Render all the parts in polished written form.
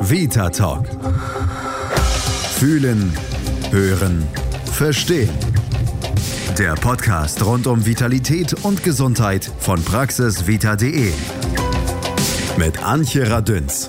Vita Talk. Fühlen, hören, verstehen. Der Podcast rund um Vitalität und Gesundheit von praxisvita.de. Mit Antje Radünz.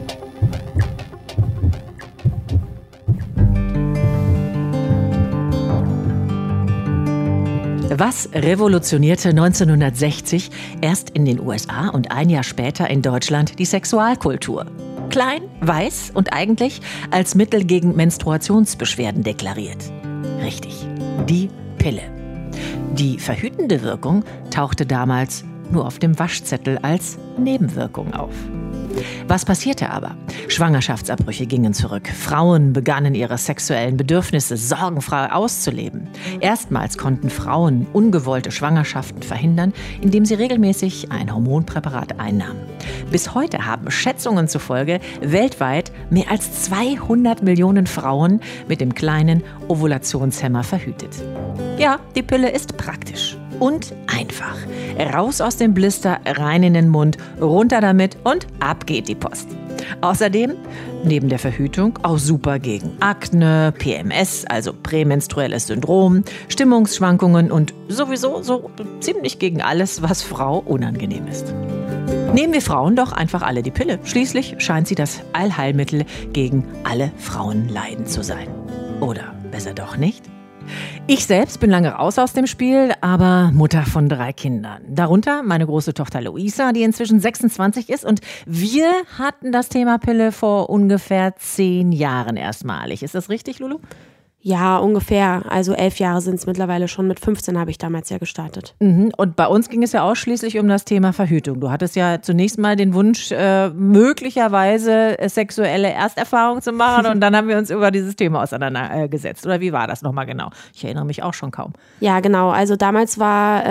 Was revolutionierte 1960 erst in den USA und ein Jahr später in Deutschland die Sexualkultur? Klein, weiß und eigentlich als Mittel gegen Menstruationsbeschwerden deklariert. Richtig, die Pille. Die verhütende Wirkung tauchte damals nur auf dem Waschzettel als Nebenwirkung auf. Was passierte aber? Schwangerschaftsabbrüche gingen zurück. Frauen begannen ihre sexuellen Bedürfnisse sorgenfrei auszuleben. Erstmals konnten Frauen ungewollte Schwangerschaften verhindern, indem sie regelmäßig ein Hormonpräparat einnahmen. Bis heute haben Schätzungen zufolge weltweit mehr als 200 Millionen Frauen mit dem kleinen Ovulationshemmer verhütet. Ja, die Pille ist praktisch. Und einfach. Raus aus dem Blister, rein in den Mund, runter damit und ab geht die Post. Außerdem, neben der Verhütung, auch super gegen Akne, PMS, also prämenstruelles Syndrom, Stimmungsschwankungen und sowieso so ziemlich gegen alles, was Frau unangenehm ist. Nehmen wir Frauen doch einfach alle die Pille. Schließlich scheint sie das Allheilmittel gegen alle Frauenleiden zu sein. Oder besser doch nicht? Ich selbst bin lange raus aus dem Spiel, aber Mutter von 3 Kindern. Darunter meine große Tochter Luisa, die inzwischen 26 ist. Und wir hatten das Thema Pille vor ungefähr 10 Jahren erstmalig. Ist das richtig, Lulu? Ja, ungefähr. Also 11 Jahre sind es mittlerweile schon. Mit 15 habe ich damals ja gestartet. Und bei uns ging es ja ausschließlich um das Thema Verhütung. Du hattest ja zunächst mal den Wunsch, möglicherweise sexuelle Ersterfahrung zu machen. Und dann haben wir uns über dieses Thema auseinandergesetzt. Oder wie war das nochmal genau? Ich erinnere mich auch schon kaum. Ja, genau. Also damals war...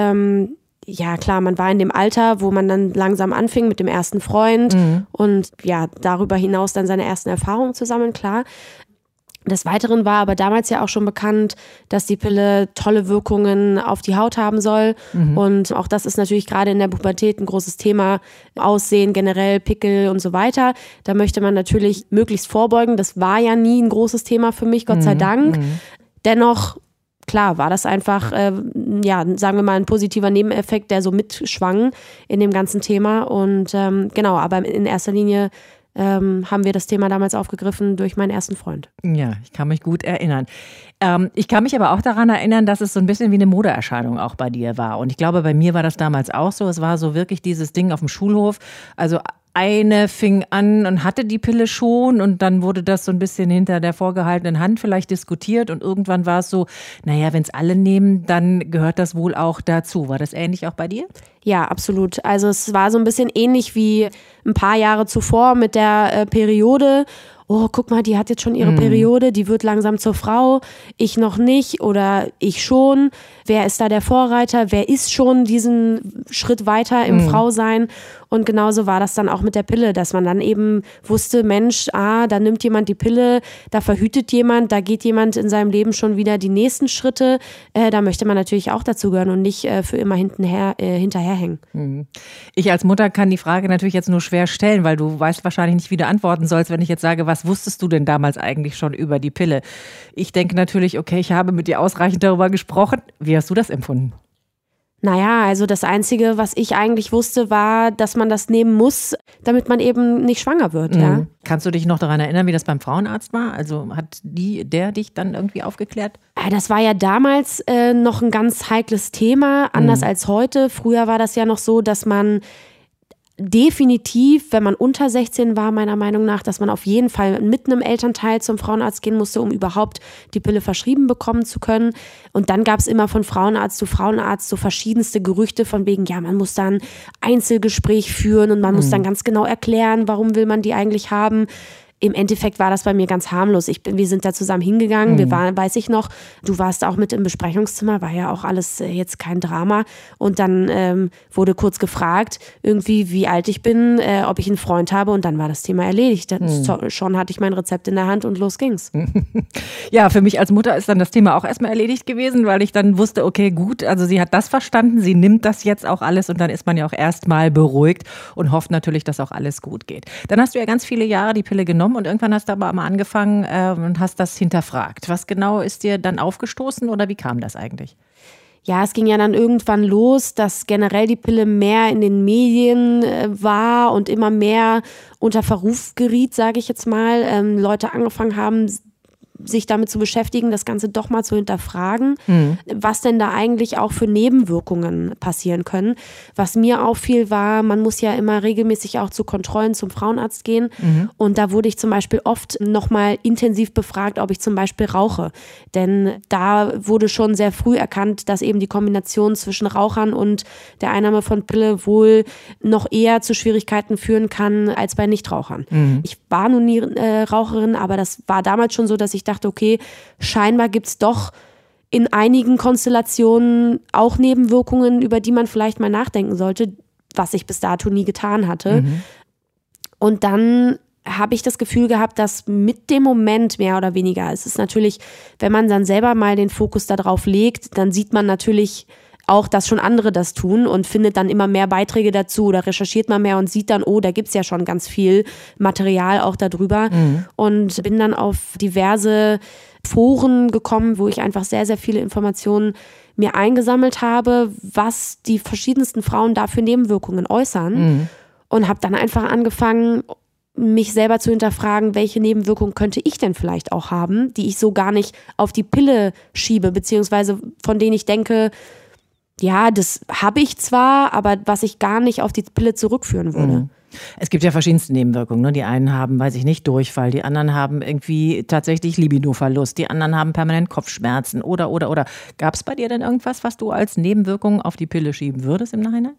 ja klar, man war in dem Alter, wo man dann langsam anfing mit dem ersten Freund und ja, darüber hinaus dann seine ersten Erfahrungen zu sammeln, klar. Des Weiteren war aber damals ja auch schon bekannt, dass die Pille tolle Wirkungen auf die Haut haben soll. Und auch das ist natürlich gerade in der Pubertät ein großes Thema. Aussehen generell, Pickel und so weiter. Da möchte man natürlich möglichst vorbeugen. Das war ja nie ein großes Thema für mich, Gott sei Dank. Dennoch, klar, war das einfach, ja, sagen wir mal, ein positiver Nebeneffekt, der so mitschwang in dem ganzen Thema. Und genau, aber in erster Linie haben wir das Thema damals aufgegriffen durch meinen ersten Freund. Ja, ich kann mich gut erinnern. Ich kann mich aber auch daran erinnern, dass es so ein bisschen wie eine Modeerscheinung auch bei dir war. Und ich glaube, bei mir war das damals auch so. Es war so wirklich dieses Ding auf dem Schulhof. Also eine fing an und hatte die Pille schon und dann wurde das so ein bisschen hinter der vorgehaltenen Hand vielleicht diskutiert und irgendwann war es so, naja, wenn es alle nehmen, dann gehört das wohl auch dazu. War das ähnlich auch bei dir? Ja, absolut. Also es war so ein bisschen ähnlich wie ein paar Jahre zuvor mit der Periode. Oh, guck mal, die hat jetzt schon ihre Periode, die wird langsam zur Frau, ich noch nicht oder ich schon. Wer ist da der Vorreiter? Wer ist schon diesen Schritt weiter im Frausein? Und genauso war das dann auch mit der Pille, dass man dann eben wusste, Mensch, da nimmt jemand die Pille, da verhütet jemand, da geht jemand in seinem Leben schon wieder die nächsten Schritte. Da möchte man natürlich auch dazugehören und nicht für immer hinterherhängen. Ich als Mutter kann die Frage natürlich jetzt nur schwer stellen, weil du weißt wahrscheinlich nicht, wie du antworten sollst, wenn ich jetzt sage, was wusstest du denn damals eigentlich schon über die Pille? Ich denke natürlich, okay, ich habe mit dir ausreichend darüber gesprochen. Wie hast du das empfunden? Naja, also das Einzige, was ich eigentlich wusste, war, dass man das nehmen muss, damit man eben nicht schwanger wird. Ja. Kannst du dich noch daran erinnern, wie das beim Frauenarzt war? Also hat der dich dann irgendwie aufgeklärt? Das war ja damals noch ein ganz heikles Thema, anders als heute. Früher war das ja noch so, dass man definitiv, wenn man unter 16 war, meiner Meinung nach, dass man auf jeden Fall mit einem Elternteil zum Frauenarzt gehen musste, um überhaupt die Pille verschrieben bekommen zu können. Und dann gab es immer von Frauenarzt zu Frauenarzt so verschiedenste Gerüchte von wegen, ja, man muss dann Einzelgespräch führen und man muss dann ganz genau erklären, warum will man die eigentlich haben. Im Endeffekt war das bei mir ganz harmlos. Wir sind da zusammen hingegangen, weiß ich noch, du warst auch mit im Besprechungszimmer, war ja auch alles jetzt kein Drama. Und dann wurde kurz gefragt, irgendwie wie alt ich bin, ob ich einen Freund habe und dann war das Thema erledigt. Schon hatte ich mein Rezept in der Hand und los ging's. Ja, für mich als Mutter ist dann das Thema auch erstmal erledigt gewesen, weil ich dann wusste, okay, gut, also sie hat das verstanden, sie nimmt das jetzt auch alles und dann ist man ja auch erstmal beruhigt und hofft natürlich, dass auch alles gut geht. Dann hast du ja ganz viele Jahre die Pille genommen genommen und irgendwann hast du aber mal angefangen und hast das hinterfragt. Was genau ist dir dann aufgestoßen oder wie kam das eigentlich? Ja, es ging ja dann irgendwann los, dass generell die Pille mehr in den Medien war und immer mehr unter Verruf geriet, sage ich jetzt mal. Leute angefangen haben, sich damit zu beschäftigen, das Ganze doch mal zu hinterfragen, was denn da eigentlich auch für Nebenwirkungen passieren können. Was mir auffiel war, man muss ja immer regelmäßig auch zu Kontrollen zum Frauenarzt gehen und da wurde ich zum Beispiel oft nochmal intensiv befragt, ob ich zum Beispiel rauche. Denn da wurde schon sehr früh erkannt, dass eben die Kombination zwischen Rauchern und der Einnahme von Pille wohl noch eher zu Schwierigkeiten führen kann als bei Nichtrauchern. Ich war nun nie Raucherin, aber das war damals schon so, dass ich dachte, okay, scheinbar gibt es doch in einigen Konstellationen auch Nebenwirkungen, über die man vielleicht mal nachdenken sollte, was ich bis dato nie getan hatte. Und dann habe ich das Gefühl gehabt, dass mit dem Moment mehr oder weniger, es ist natürlich, wenn man dann selber mal den Fokus darauf legt, dann sieht man natürlich auch, dass schon andere das tun und findet dann immer mehr Beiträge dazu oder recherchiert man mehr und sieht dann, oh, da gibt's ja schon ganz viel Material auch darüber und bin dann auf diverse Foren gekommen, wo ich einfach sehr, sehr viele Informationen mir eingesammelt habe, was die verschiedensten Frauen da für Nebenwirkungen äußern und habe dann einfach angefangen, mich selber zu hinterfragen, welche Nebenwirkungen könnte ich denn vielleicht auch haben, die ich so gar nicht auf die Pille schiebe, beziehungsweise von denen ich denke, ja, das habe ich zwar, aber was ich gar nicht auf die Pille zurückführen würde. Es gibt ja verschiedenste Nebenwirkungen. Ne? Die einen haben, weiß ich nicht, Durchfall, die anderen haben irgendwie tatsächlich Libidoverlust, die anderen haben permanent Kopfschmerzen oder. Gab es bei dir denn irgendwas, was du als Nebenwirkung auf die Pille schieben würdest im Nachhinein?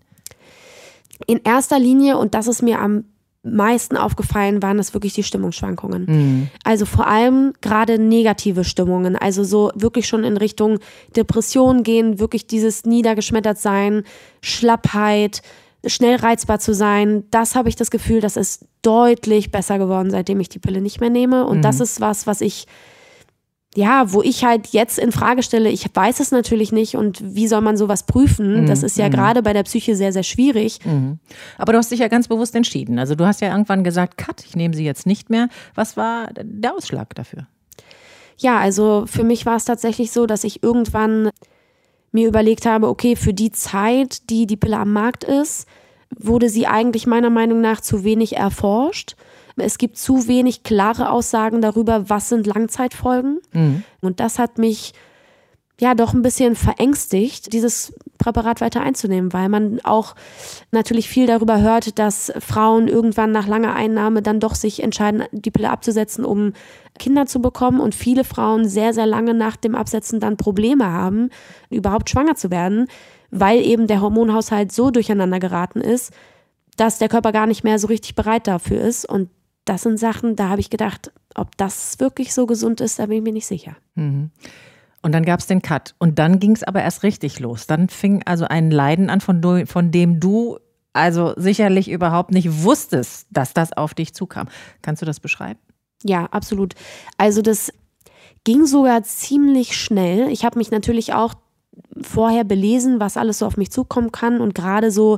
In erster Linie, und das ist mir am meisten aufgefallen, waren es wirklich die Stimmungsschwankungen. Also vor allem gerade negative Stimmungen, also so wirklich schon in Richtung Depression gehen, wirklich dieses Niedergeschmettertsein, Schlappheit, schnell reizbar zu sein. Das habe ich das Gefühl, das ist deutlich besser geworden, seitdem ich die Pille nicht mehr nehme. Und das ist was ich, ja, wo ich halt jetzt in Frage stelle, ich weiß es natürlich nicht und wie soll man sowas prüfen? Das ist ja gerade bei der Psyche sehr, sehr schwierig. Aber du hast dich ja ganz bewusst entschieden. Also du hast ja irgendwann gesagt, Cut, ich nehme sie jetzt nicht mehr. Was war der Ausschlag dafür? Ja, also für mich war es tatsächlich so, dass ich irgendwann mir überlegt habe, okay, für die Zeit, die die Pille am Markt ist, wurde sie eigentlich meiner Meinung nach zu wenig erforscht. Es gibt zu wenig klare Aussagen darüber, was sind Langzeitfolgen. Und das hat mich ja doch ein bisschen verängstigt, dieses Präparat weiter einzunehmen, weil man auch natürlich viel darüber hört, dass Frauen irgendwann nach langer Einnahme dann doch sich entscheiden, die Pille abzusetzen, um Kinder zu bekommen und viele Frauen sehr, sehr lange nach dem Absetzen dann Probleme haben, überhaupt schwanger zu werden, weil eben der Hormonhaushalt so durcheinander geraten ist, dass der Körper gar nicht mehr so richtig bereit dafür ist. Und das sind Sachen, da habe ich gedacht, ob das wirklich so gesund ist, da bin ich mir nicht sicher. Und dann gab es den Cut. Und dann ging es aber erst richtig los. Dann fing also ein Leiden an, von dem du also sicherlich überhaupt nicht wusstest, dass das auf dich zukam. Kannst du das beschreiben? Ja, absolut. Also das ging sogar ziemlich schnell. Ich habe mich natürlich auch vorher belesen, was alles so auf mich zukommen kann und gerade so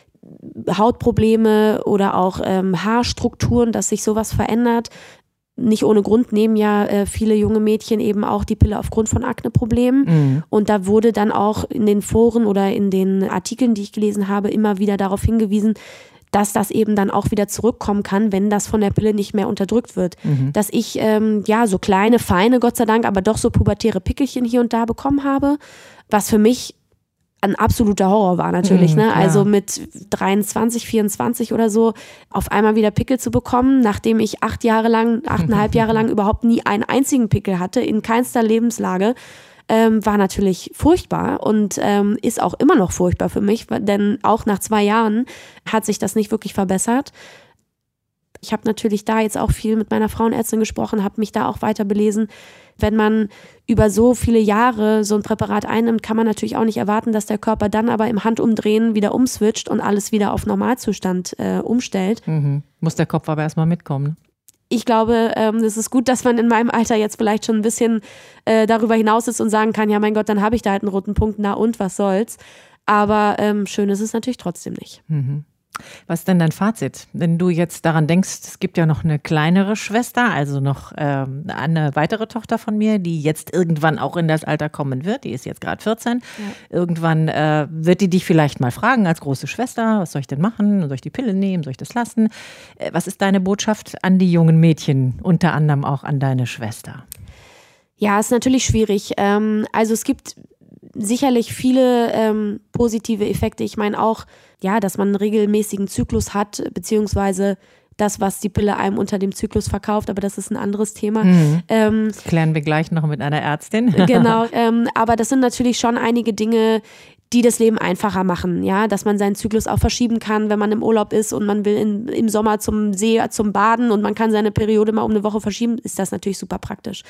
Hautprobleme oder auch Haarstrukturen, dass sich sowas verändert. Nicht ohne Grund nehmen ja viele junge Mädchen eben auch die Pille aufgrund von Akneproblemen. Und da wurde dann auch in den Foren oder in den Artikeln, die ich gelesen habe, immer wieder darauf hingewiesen, dass das eben dann auch wieder zurückkommen kann, wenn das von der Pille nicht mehr unterdrückt wird. Dass ich so kleine, feine, Gott sei Dank, aber doch so pubertäre Pickelchen hier und da bekommen habe, was für mich ein absoluter Horror war natürlich, ne? Also mit 23, 24 oder so auf einmal wieder Pickel zu bekommen, nachdem ich 8,5 Jahre lang überhaupt nie einen einzigen Pickel hatte, in keinster Lebenslage, war natürlich furchtbar und ist auch immer noch furchtbar für mich, denn auch nach 2 Jahren hat sich das nicht wirklich verbessert. Ich habe natürlich da jetzt auch viel mit meiner Frauenärztin gesprochen, habe mich da auch weiter belesen. Wenn man über so viele Jahre so ein Präparat einnimmt, kann man natürlich auch nicht erwarten, dass der Körper dann aber im Handumdrehen wieder umswitcht und alles wieder auf Normalzustand umstellt. Muss der Kopf aber erstmal mitkommen. Ich glaube, es ist gut, dass man in meinem Alter jetzt vielleicht schon ein bisschen darüber hinaus ist und sagen kann, ja mein Gott, dann habe ich da halt einen roten Punkt, na und, was soll's. Aber schön ist es natürlich trotzdem nicht. Was ist denn dein Fazit, wenn du jetzt daran denkst, es gibt ja noch eine kleinere Schwester, also noch eine weitere Tochter von mir, die jetzt irgendwann auch in das Alter kommen wird, die ist jetzt gerade 14. Ja. Irgendwann wird die dich vielleicht mal fragen als große Schwester, was soll ich denn machen? Soll ich die Pille nehmen? Soll ich das lassen? Was ist deine Botschaft an die jungen Mädchen, unter anderem auch an deine Schwester? Ja, ist natürlich schwierig. Also es gibt sicherlich viele positive Effekte. Ich meine auch, ja, dass man einen regelmäßigen Zyklus hat, beziehungsweise das, was die Pille einem unter dem Zyklus verkauft, aber das ist ein anderes Thema. Das klären wir gleich noch mit einer Ärztin. Genau, aber das sind natürlich schon einige Dinge, die das Leben einfacher machen, ja, dass man seinen Zyklus auch verschieben kann, wenn man im Urlaub ist und man will im Sommer zum See, zum Baden und man kann seine Periode mal um eine Woche verschieben, ist das natürlich super praktisch.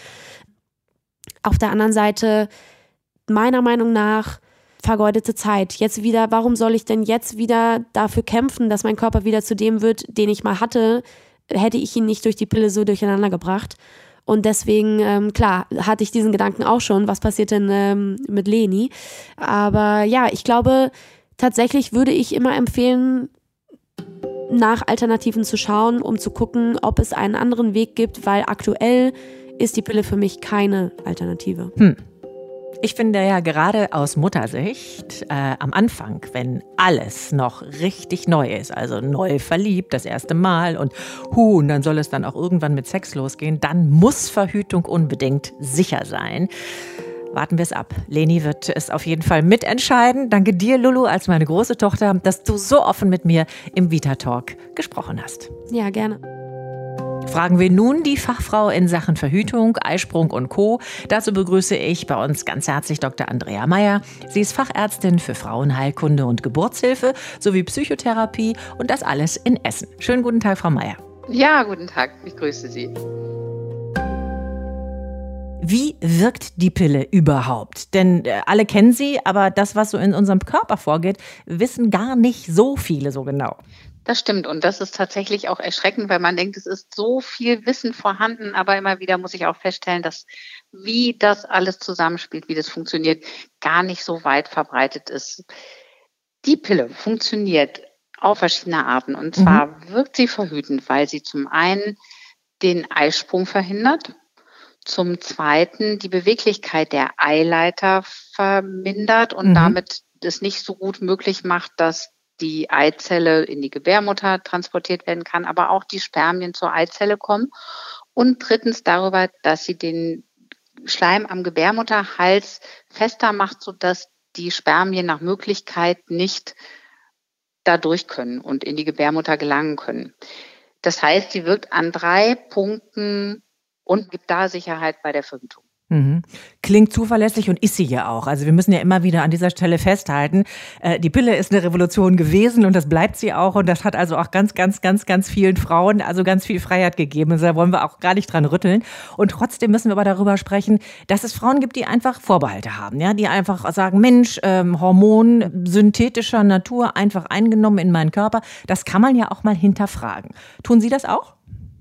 Auf der anderen Seite, meiner Meinung nach, vergeudete Zeit. Jetzt wieder, warum soll ich denn jetzt wieder dafür kämpfen, dass mein Körper wieder zu dem wird, den ich mal hatte, hätte ich ihn nicht durch die Pille so durcheinander gebracht. Und deswegen, klar, hatte ich diesen Gedanken auch schon, was passiert denn mit Leni. Aber ja, ich glaube, tatsächlich würde ich immer empfehlen, nach Alternativen zu schauen, um zu gucken, ob es einen anderen Weg gibt, weil aktuell ist die Pille für mich keine Alternative. Ich finde ja gerade aus Muttersicht am Anfang, wenn alles noch richtig neu ist, also neu verliebt, das erste Mal und dann soll es dann auch irgendwann mit Sex losgehen, dann muss Verhütung unbedingt sicher sein. Warten wir es ab. Leni wird es auf jeden Fall mitentscheiden. Danke dir, Lulu, als meine große Tochter, dass du so offen mit mir im Vita Talk gesprochen hast. Ja, gerne. Fragen wir nun die Fachfrau in Sachen Verhütung, Eisprung und Co. Dazu begrüße ich bei uns ganz herzlich Dr. Andrea Meyer. Sie ist Fachärztin für Frauenheilkunde und Geburtshilfe sowie Psychotherapie und das alles in Essen. Schönen guten Tag, Frau Meyer. Ja, guten Tag. Ich grüße Sie. Wie wirkt die Pille überhaupt? Denn alle kennen sie, aber das, was so in unserem Körper vorgeht, wissen gar nicht so viele so genau. Das stimmt und das ist tatsächlich auch erschreckend, weil man denkt, es ist so viel Wissen vorhanden, aber immer wieder muss ich auch feststellen, dass wie das alles zusammenspielt, wie das funktioniert, gar nicht so weit verbreitet ist. Die Pille funktioniert auf verschiedene Arten und zwar wirkt sie verhütend, weil sie zum einen den Eisprung verhindert, zum Zweiten die Beweglichkeit der Eileiter vermindert und damit es nicht so gut möglich macht, dass die Eizelle in die Gebärmutter transportiert werden kann, aber auch die Spermien zur Eizelle kommen. Und drittens darüber, dass sie den Schleim am Gebärmutterhals fester macht, sodass die Spermien nach Möglichkeit nicht da durch können und in die Gebärmutter gelangen können. Das heißt, sie wirkt an 3 Punkten und gibt da Sicherheit bei der Verhütung. Klingt zuverlässig und ist sie ja auch. Also wir müssen ja immer wieder an dieser Stelle festhalten, die Pille ist eine Revolution gewesen und das bleibt sie auch und das hat also auch ganz vielen Frauen also ganz viel Freiheit gegeben. Also da wollen wir auch gar nicht dran rütteln. Und trotzdem müssen wir aber darüber sprechen, dass es Frauen gibt, die einfach Vorbehalte haben, ja, die einfach sagen, Mensch, Hormon synthetischer Natur einfach eingenommen in meinen Körper. Das kann man ja auch mal hinterfragen. Tun Sie das auch?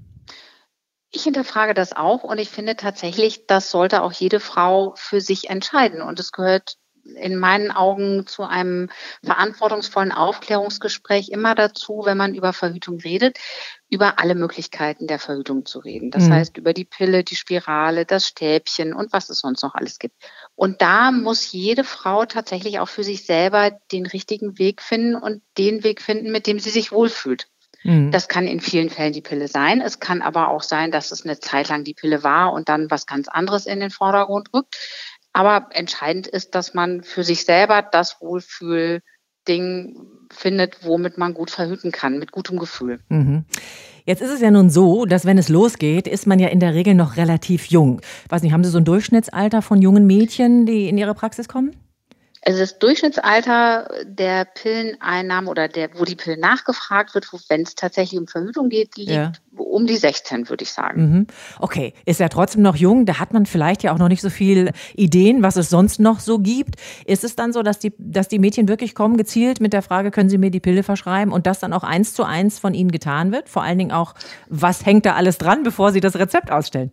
Ich hinterfrage das auch und ich finde tatsächlich, das sollte auch jede Frau für sich entscheiden. Und es gehört in meinen Augen zu einem verantwortungsvollen Aufklärungsgespräch immer dazu, wenn man über Verhütung redet, über alle Möglichkeiten der Verhütung zu reden. Das heißt, über die Pille, die Spirale, das Stäbchen und was es sonst noch alles gibt. Und da muss jede Frau tatsächlich auch für sich selber den richtigen Weg finden und den Weg finden, mit dem sie sich wohlfühlt. Das kann in vielen Fällen die Pille sein. Es kann aber auch sein, dass es eine Zeit lang die Pille war und dann was ganz anderes in den Vordergrund rückt. Aber entscheidend ist, dass man für sich selber das Wohlfühlding findet, womit man gut verhüten kann, mit gutem Gefühl. Jetzt ist es ja nun so, dass wenn es losgeht, ist man ja in der Regel noch relativ jung. Weiß nicht, haben Sie so ein Durchschnittsalter von jungen Mädchen, die in Ihre Praxis kommen? Also das Durchschnittsalter der Pilleneinnahme oder wo die Pille nachgefragt wird, wenn es tatsächlich um Verhütung geht, liegt um die 16, würde ich sagen. Okay, ist ja trotzdem noch jung, da hat man vielleicht ja auch noch nicht so viel Ideen, was es sonst noch so gibt. Ist es dann so, dass die Mädchen wirklich kommen, gezielt mit der Frage, können Sie mir die Pille verschreiben und das dann auch 1:1 von Ihnen getan wird? Vor allen Dingen auch, was hängt da alles dran, bevor Sie das Rezept ausstellen?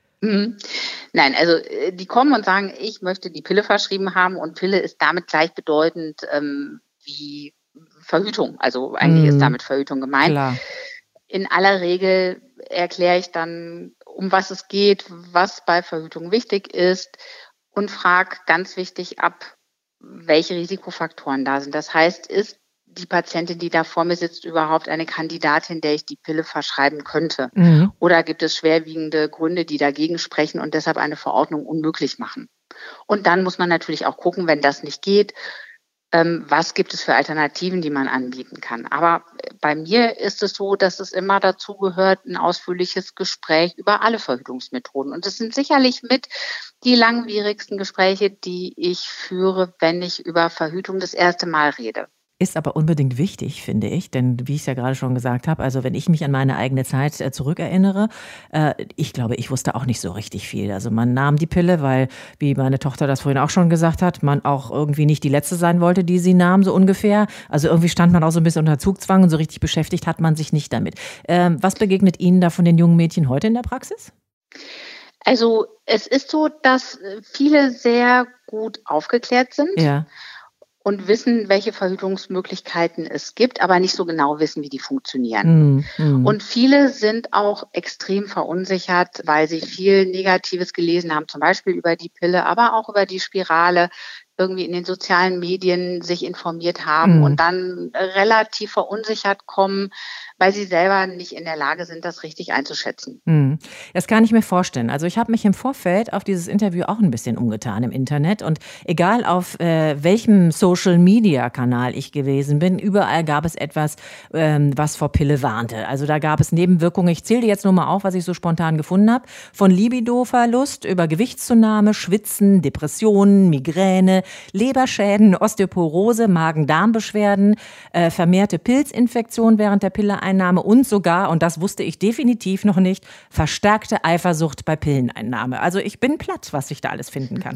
Nein, also die kommen und sagen, ich möchte die Pille verschrieben haben und Pille ist damit gleichbedeutend wie Verhütung. Also eigentlich ist damit Verhütung gemeint. Klar. In aller Regel erkläre ich dann, um was es geht, was bei Verhütung wichtig ist und frage ganz wichtig ab, welche Risikofaktoren da sind. Das heißt, ist die Patientin, die da vor mir sitzt, überhaupt eine Kandidatin, der ich die Pille verschreiben könnte? Oder gibt es schwerwiegende Gründe, die dagegen sprechen und deshalb eine Verordnung unmöglich machen? Und dann muss man natürlich auch gucken, wenn das nicht geht, was gibt es für Alternativen, die man anbieten kann. Aber bei mir ist es so, dass es immer dazu gehört, ein ausführliches Gespräch über alle Verhütungsmethoden. Und es sind sicherlich mit die langwierigsten Gespräche, die ich führe, wenn ich über Verhütung das erste Mal rede. Ist aber unbedingt wichtig, finde ich, denn wie ich es ja gerade schon gesagt habe, also wenn ich mich an meine eigene Zeit zurückerinnere, ich glaube, ich wusste auch nicht so richtig viel. Also man nahm die Pille, weil, wie meine Tochter das vorhin auch schon gesagt hat, man auch irgendwie nicht die Letzte sein wollte, die sie nahm, so ungefähr. Also irgendwie stand man auch so ein bisschen unter Zugzwang und so richtig beschäftigt hat man sich nicht damit. Was begegnet Ihnen da von den jungen Mädchen heute in der Praxis? Also es ist so, dass viele sehr gut aufgeklärt sind. Ja. Und wissen, welche Verhütungsmöglichkeiten es gibt, aber nicht so genau wissen, wie die funktionieren. Und viele sind auch extrem verunsichert, weil sie viel Negatives gelesen haben, zum Beispiel über die Pille, aber auch über die Spirale, irgendwie in den sozialen Medien sich informiert haben und dann relativ verunsichert kommen, weil sie selber nicht in der Lage sind, das richtig einzuschätzen. Das kann ich mir vorstellen. Also ich habe mich im Vorfeld auf dieses Interview auch ein bisschen umgetan im Internet und egal auf welchem Social-Media-Kanal ich gewesen bin, überall gab es etwas, was vor Pille warnte. Also da gab es Nebenwirkungen. Ich zähle jetzt nur mal auf, was ich so spontan gefunden habe. Von Libidoverlust über Gewichtszunahme, Schwitzen, Depressionen, Migräne, Leberschäden, Osteoporose, Magen-Darm-Beschwerden, vermehrte Pilzinfektion während der Pilleeinnahme und sogar, und das wusste ich definitiv noch nicht, verstärkte Eifersucht bei Pilleneinnahme. Also ich bin platt, was ich da alles finden kann.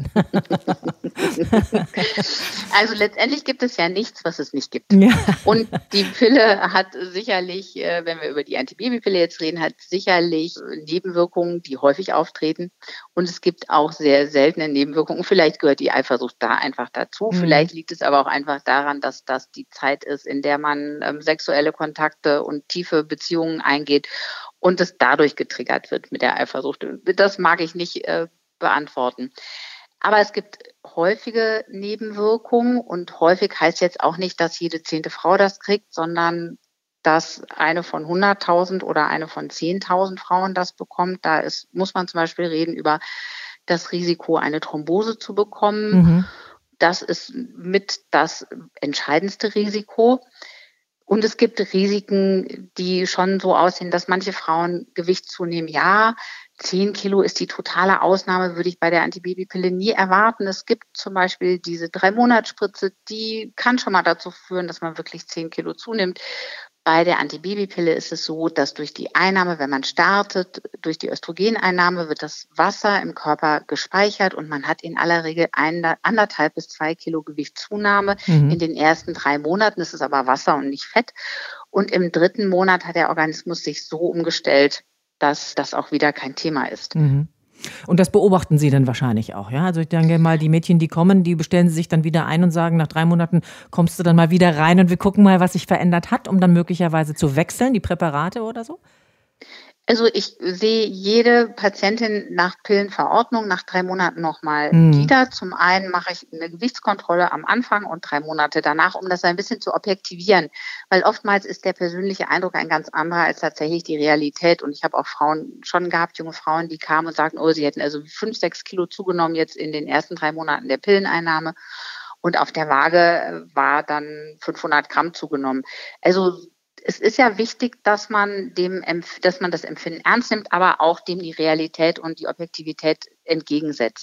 Also letztendlich gibt es ja nichts, was es nicht gibt. Ja. Und die Pille hat sicherlich, wenn wir über die Antibabypille jetzt reden, hat sicherlich Nebenwirkungen, die häufig auftreten. Und es gibt auch sehr seltene Nebenwirkungen. Vielleicht gehört die Eifersucht da einfach dazu. Vielleicht liegt es aber auch einfach daran, dass das die Zeit ist, in der man sexuelle Kontakte und tiefe Beziehungen eingeht und es dadurch getriggert wird mit der Eifersucht. Das mag ich nicht beantworten. Aber es gibt häufige Nebenwirkungen und häufig heißt jetzt auch nicht, dass jede 10. Frau das kriegt, sondern dass eine von 100.000 oder eine von 10.000 Frauen das bekommt. Muss man zum Beispiel reden über das Risiko, eine Thrombose zu bekommen. Das ist mit das entscheidendste Risiko. Und es gibt Risiken, die schon so aussehen, dass manche Frauen Gewicht zunehmen. Ja, 10 Kilo ist die totale Ausnahme, würde ich bei der Antibabypille nie erwarten. Es gibt zum Beispiel diese 3-Monats-Spritze, die kann schon mal dazu führen, dass man wirklich 10 Kilo zunimmt. Bei der Antibabypille ist es so, dass durch die Einnahme, wenn man startet, durch die Östrogeneinnahme wird das Wasser im Körper gespeichert und man hat in aller Regel 1,5 bis 2 Kilo Gewichtszunahme in den ersten 3 Monaten. Das ist aber Wasser und nicht Fett. Und im 3. Monat hat der Organismus sich so umgestellt, dass das auch wieder kein Thema ist. Und das beobachten Sie dann wahrscheinlich auch, ja? Also ich denke mal, die Mädchen, die kommen, die bestellen Sie sich dann wieder ein und sagen, nach 3 Monaten kommst du dann mal wieder rein und wir gucken mal, was sich verändert hat, um dann möglicherweise zu wechseln, die Präparate oder so? Also ich sehe jede Patientin nach Pillenverordnung nach 3 Monaten nochmal wieder. Zum einen mache ich eine Gewichtskontrolle am Anfang und 3 Monate danach, um das ein bisschen zu objektivieren. Weil oftmals ist der persönliche Eindruck ein ganz anderer als tatsächlich die Realität. Und ich habe auch Frauen schon gehabt, junge Frauen, die kamen und sagten, oh, sie hätten also 5, 6 Kilo zugenommen jetzt in den ersten 3 Monaten der Pilleneinnahme. Und auf der Waage war dann 500 Gramm zugenommen. Also es ist ja wichtig, dass man das Empfinden ernst nimmt, aber auch dem die Realität und die Objektivität entgegensetzt.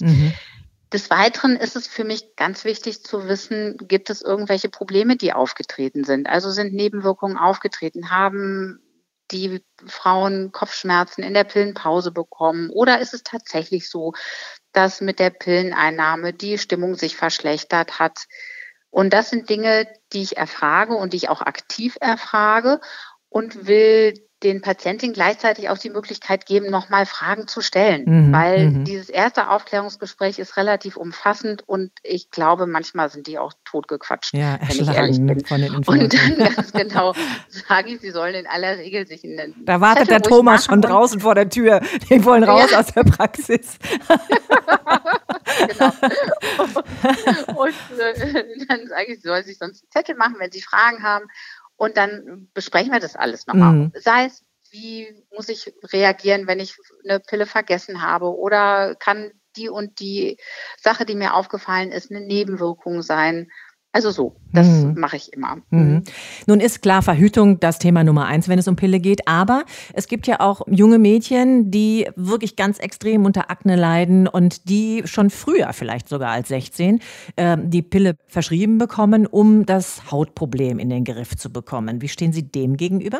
Des Weiteren ist es für mich ganz wichtig zu wissen, gibt es irgendwelche Probleme, die aufgetreten sind? Also sind Nebenwirkungen aufgetreten? Haben die Frauen Kopfschmerzen in der Pillenpause bekommen? Oder ist es tatsächlich so, dass mit der Pilleneinnahme die Stimmung sich verschlechtert hat? Und das sind Dinge, die ich erfrage und die ich auch aktiv erfrage und will den Patientinnen gleichzeitig auch die Möglichkeit geben, nochmal Fragen zu stellen, weil dieses erste Aufklärungsgespräch ist relativ umfassend und ich glaube, manchmal sind die auch totgequatscht, Ja, wenn ich ehrlich bin. von den Und Informationen. dann ganz genau sage ich, sie sollen in aller Regel sich einen Da wartet Zettel der Thomas ruhig schon draußen vor der Tür. Die wollen raus aus der Praxis. Genau. Und dann sage ich, sie sollen sich sonst einen Zettel machen, wenn sie Fragen haben. Und dann besprechen wir das alles nochmal. Sei es, wie muss ich reagieren, wenn ich eine Pille vergessen habe? Oder kann die und die Sache, die mir aufgefallen ist, eine Nebenwirkung sein? Also so, das mache ich immer. Nun ist klar Verhütung das Thema Nummer 1, wenn es um Pille geht. Aber es gibt ja auch junge Mädchen, die wirklich ganz extrem unter Akne leiden und die schon früher, vielleicht sogar als 16, die Pille verschrieben bekommen, um das Hautproblem in den Griff zu bekommen. Wie stehen Sie dem gegenüber?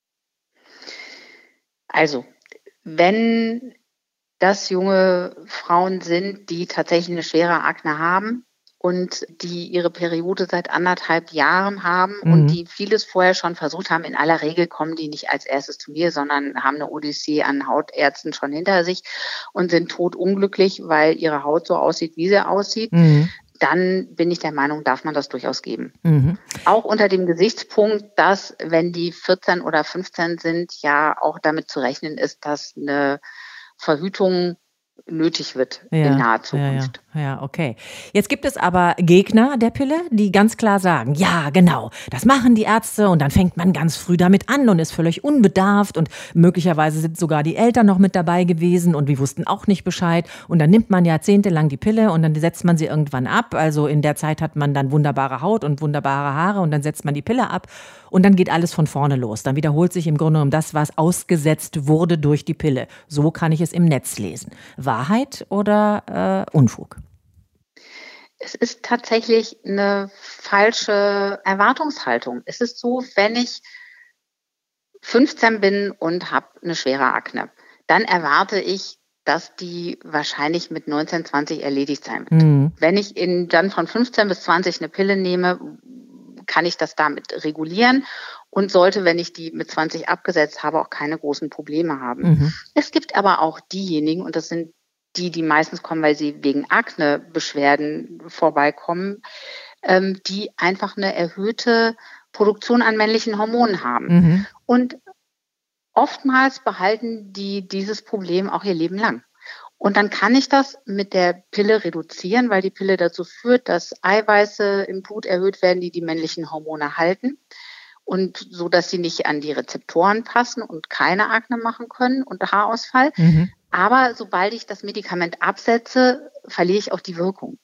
Also, wenn das junge Frauen sind, die tatsächlich eine schwere Akne haben, und die ihre Periode seit 1,5 Jahren haben und die vieles vorher schon versucht haben. In aller Regel kommen die nicht als erstes zu mir, sondern haben eine Odyssee an Hautärzten schon hinter sich und sind totunglücklich, weil ihre Haut so aussieht, wie sie aussieht. Dann bin ich der Meinung, darf man das durchaus geben. Auch unter dem Gesichtspunkt, dass, wenn die 14 oder 15 sind, ja auch damit zu rechnen ist, dass eine Verhütung nötig wird in naher Zukunft. Ja, okay. Jetzt gibt es aber Gegner der Pille, die ganz klar sagen, ja, genau, das machen die Ärzte und dann fängt man ganz früh damit an und ist völlig unbedarft und möglicherweise sind sogar die Eltern noch mit dabei gewesen und wir wussten auch nicht Bescheid und dann nimmt man jahrzehntelang die Pille und dann setzt man sie irgendwann ab. Also in der Zeit hat man dann wunderbare Haut und wunderbare Haare und dann setzt man die Pille ab und dann geht alles von vorne los. Dann wiederholt sich im Grunde genommen das, was ausgesetzt wurde durch die Pille. So kann ich es im Netz lesen. Wahrheit oder Unfug? Es ist tatsächlich eine falsche Erwartungshaltung. Es ist so, wenn ich 15 bin und habe eine schwere Akne, dann erwarte ich, dass die wahrscheinlich mit 19, 20 erledigt sein wird. Wenn ich dann von 15 bis 20 eine Pille nehme, kann ich das damit regulieren und sollte, wenn ich die mit 20 abgesetzt habe, auch keine großen Probleme haben. Es gibt aber auch diejenigen, und das sind die meistens kommen, weil sie wegen Akne-Beschwerden vorbeikommen, die einfach eine erhöhte Produktion an männlichen Hormonen haben. Und oftmals behalten die dieses Problem auch ihr Leben lang. Und dann kann ich das mit der Pille reduzieren, weil die Pille dazu führt, dass Eiweiße im Blut erhöht werden, die die männlichen Hormone halten. Und so, dass sie nicht an die Rezeptoren passen und keine Akne machen können und Haarausfall. Aber sobald ich das Medikament absetze, verliere ich auch die Wirkung.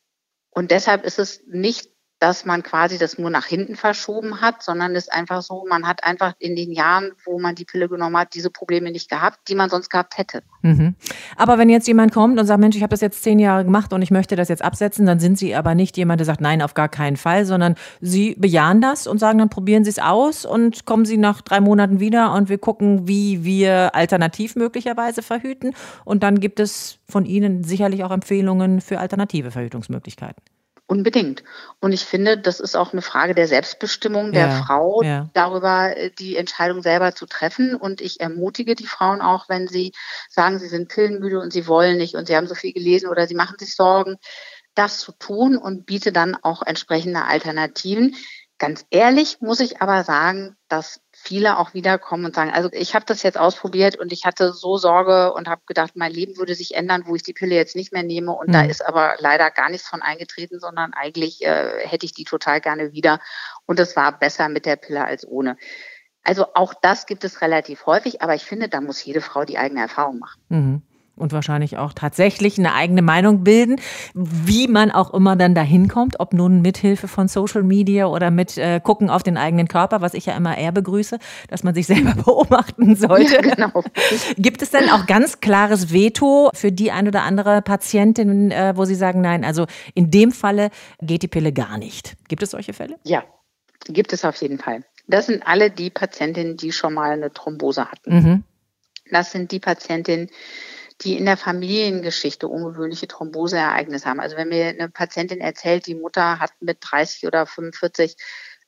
Und deshalb ist es nicht, dass man quasi das nur nach hinten verschoben hat, sondern es ist einfach so, man hat einfach in den Jahren, wo man die Pille genommen hat, diese Probleme nicht gehabt, die man sonst gehabt hätte. Aber wenn jetzt jemand kommt und sagt, Mensch, ich habe das jetzt 10 Jahre gemacht und ich möchte das jetzt absetzen, dann sind Sie aber nicht jemand, der sagt, nein, auf gar keinen Fall, sondern Sie bejahen das und sagen, dann probieren Sie es aus und kommen Sie nach 3 Monaten wieder und wir gucken, wie wir alternativ möglicherweise verhüten. Und dann gibt es von Ihnen sicherlich auch Empfehlungen für alternative Verhütungsmöglichkeiten. Unbedingt. Und ich finde, das ist auch eine Frage der Selbstbestimmung der Frau, darüber die Entscheidung selber zu treffen. Und ich ermutige die Frauen auch, wenn sie sagen, sie sind pillenmüde und sie wollen nicht und sie haben so viel gelesen oder sie machen sich Sorgen, das zu tun und biete dann auch entsprechende Alternativen. Ganz ehrlich muss ich aber sagen, dass viele auch wiederkommen und sagen, also ich habe das jetzt ausprobiert und ich hatte so Sorge und habe gedacht, mein Leben würde sich ändern, wo ich die Pille jetzt nicht mehr nehme. Und da ist aber leider gar nichts von eingetreten, sondern eigentlich hätte ich die total gerne wieder. Und es war besser mit der Pille als ohne. Also auch das gibt es relativ häufig, aber ich finde, da muss jede Frau die eigene Erfahrung machen. Und wahrscheinlich auch tatsächlich eine eigene Meinung bilden, wie man auch immer dann dahin kommt, ob nun mit Hilfe von Social Media oder mit Gucken auf den eigenen Körper, was ich ja immer eher begrüße, dass man sich selber beobachten sollte. Ja, genau. Gibt es denn auch ganz klares Veto für die ein oder andere Patientin, wo Sie sagen, nein, also in dem Falle geht die Pille gar nicht? Gibt es solche Fälle? Ja, gibt es auf jeden Fall. Das sind alle die Patientinnen, die schon mal eine Thrombose hatten. Das sind die Patientinnen, die in der Familiengeschichte ungewöhnliche Thromboseereignisse haben. Also wenn mir eine Patientin erzählt, die Mutter hat mit 30 oder 45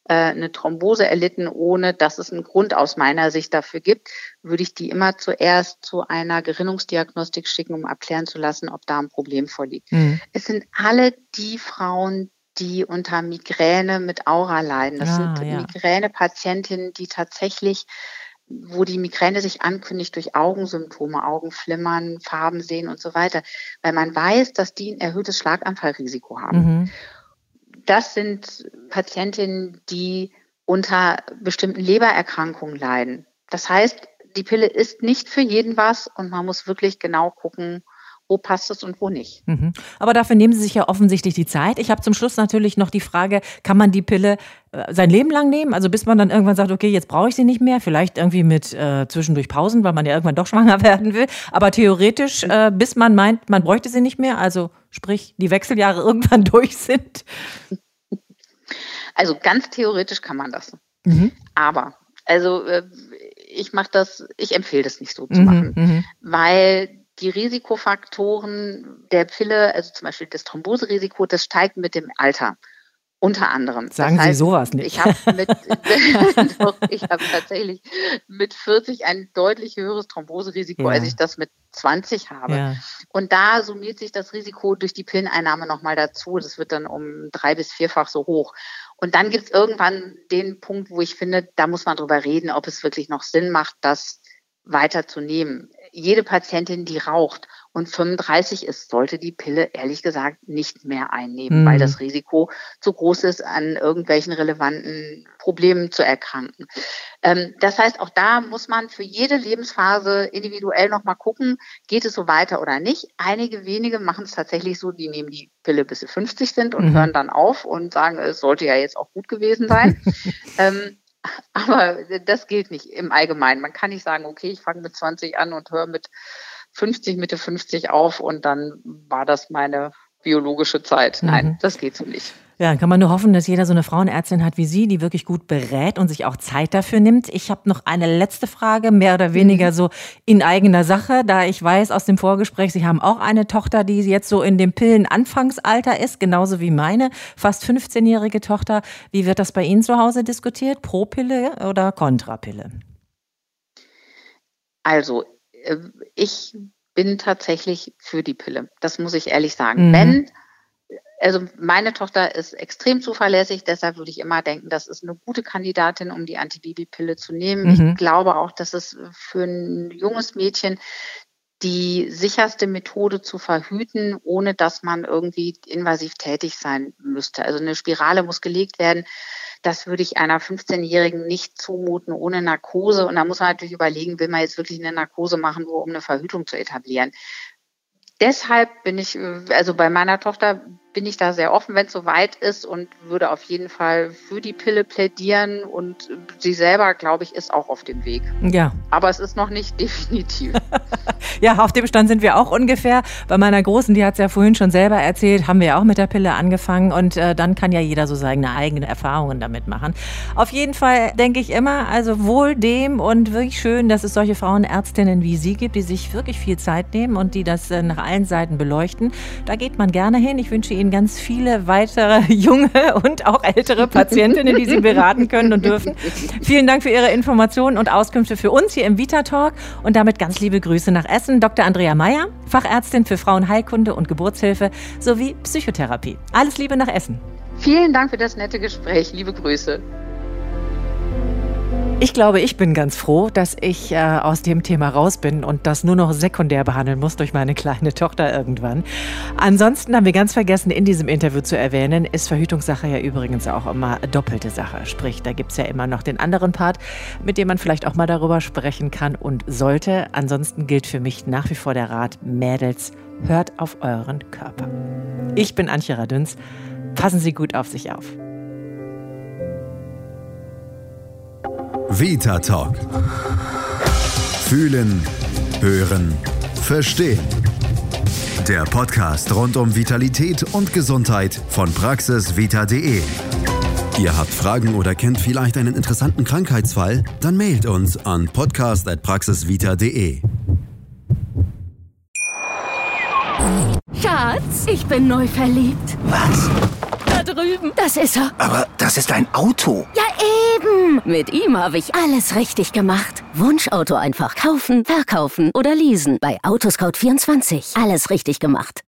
eine Thrombose erlitten, ohne dass es einen Grund aus meiner Sicht dafür gibt, würde ich die immer zuerst zu einer Gerinnungsdiagnostik schicken, um abklären zu lassen, ob da ein Problem vorliegt. Es sind alle die Frauen, die unter Migräne mit Aura leiden. Das sind Migränepatientinnen, die tatsächlich, wo die Migräne sich ankündigt durch Augensymptome, Augenflimmern, Farben sehen und so weiter, weil man weiß, dass die ein erhöhtes Schlaganfallrisiko haben. Das sind Patientinnen, die unter bestimmten Lebererkrankungen leiden. Das heißt, die Pille ist nicht für jeden was und man muss wirklich genau gucken, wo passt es und wo nicht. Aber dafür nehmen Sie sich ja offensichtlich die Zeit. Ich habe zum Schluss natürlich noch die Frage, kann man die Pille sein Leben lang nehmen? Also bis man dann irgendwann sagt, okay, jetzt brauche ich sie nicht mehr. Vielleicht irgendwie mit zwischendurch Pausen, weil man ja irgendwann doch schwanger werden will. Aber theoretisch, bis man meint, man bräuchte sie nicht mehr, also sprich, die Wechseljahre irgendwann durch sind. Also ganz theoretisch kann man das. Aber, also ich empfehle das nicht so zu machen, weil die Risikofaktoren der Pille, also zum Beispiel das Thromboserisiko, das steigt mit dem Alter. Unter anderem. Sagen Sie sowas nicht. Ich habe tatsächlich mit 40 ein deutlich höheres Thromboserisiko, als ich das mit 20 habe. Ja. Und da summiert sich das Risiko durch die Pilleneinnahme nochmal dazu. Das wird dann um 3- bis 4-fach so hoch. Und dann gibt es irgendwann den Punkt, wo ich finde, da muss man drüber reden, ob es wirklich noch Sinn macht, das weiterzunehmen. Jede Patientin, die raucht und 35 ist, sollte die Pille ehrlich gesagt nicht mehr einnehmen, weil das Risiko zu groß ist, an irgendwelchen relevanten Problemen zu erkranken. Das heißt, auch da muss man für jede Lebensphase individuell nochmal gucken, geht es so weiter oder nicht. Einige wenige machen es tatsächlich so, die nehmen die Pille, bis sie 50 sind und hören dann auf und sagen, es sollte ja jetzt auch gut gewesen sein. Aber das gilt nicht im Allgemeinen. Man kann nicht sagen, okay, ich fange mit 20 an und höre mit 50, Mitte 50 auf und dann war das meine biologische Zeit. Nein, das geht so nicht. Ja, dann kann man nur hoffen, dass jeder so eine Frauenärztin hat wie Sie, die wirklich gut berät und sich auch Zeit dafür nimmt. Ich habe noch eine letzte Frage, mehr oder weniger so in eigener Sache, da ich weiß aus dem Vorgespräch, Sie haben auch eine Tochter, die jetzt so in dem Pillenanfangsalter ist, genauso wie meine fast 15-jährige Tochter. Wie wird das bei Ihnen zu Hause diskutiert? Pro Pille oder kontra Pille? Also, ich bin tatsächlich für die Pille. Das muss ich ehrlich sagen. Also meine Tochter ist extrem zuverlässig, deshalb würde ich immer denken, das ist eine gute Kandidatin, um die Antibabypille zu nehmen. Ich glaube auch, dass es für ein junges Mädchen die sicherste Methode zu verhüten, ohne dass man irgendwie invasiv tätig sein müsste. Also eine Spirale muss gelegt werden. Das würde ich einer 15-Jährigen nicht zumuten ohne Narkose. Und da muss man natürlich überlegen, will man jetzt wirklich eine Narkose machen, um eine Verhütung zu etablieren. Deshalb bin ich, also bei meiner Tochter bin ich da sehr offen, wenn es soweit ist und würde auf jeden Fall für die Pille plädieren und sie selber, glaube ich, ist auch auf dem Weg. Ja. Aber es ist noch nicht definitiv. Ja, auf dem Stand sind wir auch ungefähr. Bei meiner Großen, die hat es ja vorhin schon selber erzählt, haben wir ja auch mit der Pille angefangen und dann kann ja jeder so seine eigenen Erfahrungen damit machen. Auf jeden Fall denke ich immer, also wohl dem und wirklich schön, dass es solche Frauenärztinnen wie Sie gibt, die sich wirklich viel Zeit nehmen und die das nach allen Seiten beleuchten. Da geht man gerne hin. Ich wünsche Ihnen ganz viele weitere junge und auch ältere Patientinnen, die Sie beraten können und dürfen. Vielen Dank für Ihre Informationen und Auskünfte für uns hier im Vita Talk und damit ganz liebe Grüße nach Essen. Dr. Andrea Meyer, Fachärztin für Frauenheilkunde und Geburtshilfe sowie Psychotherapie. Alles Liebe nach Essen. Vielen Dank für das nette Gespräch. Liebe Grüße. Ich glaube, ich bin ganz froh, dass ich aus dem Thema raus bin und das nur noch sekundär behandeln muss durch meine kleine Tochter irgendwann. Ansonsten haben wir ganz vergessen, in diesem Interview zu erwähnen, ist Verhütungssache ja übrigens auch immer doppelte Sache. Sprich, da gibt es ja immer noch den anderen Part, mit dem man vielleicht auch mal darüber sprechen kann und sollte. Ansonsten gilt für mich nach wie vor der Rat, Mädels, hört auf euren Körper. Ich bin Antje Radünz. Passen Sie gut auf sich auf. Vita Talk. Fühlen, hören, verstehen. Der Podcast rund um Vitalität und Gesundheit von praxisvita.de. Ihr habt Fragen oder kennt vielleicht einen interessanten Krankheitsfall? Dann mailt uns an podcast@praxisvita.de. Schatz, ich bin neu verliebt. Was? Da drüben. drüben. Das ist er. Aber das ist ein Auto. Ja, eben. Mit ihm habe ich alles richtig gemacht. Wunschauto einfach kaufen, verkaufen oder leasen. Bei Autoscout24. Alles richtig gemacht.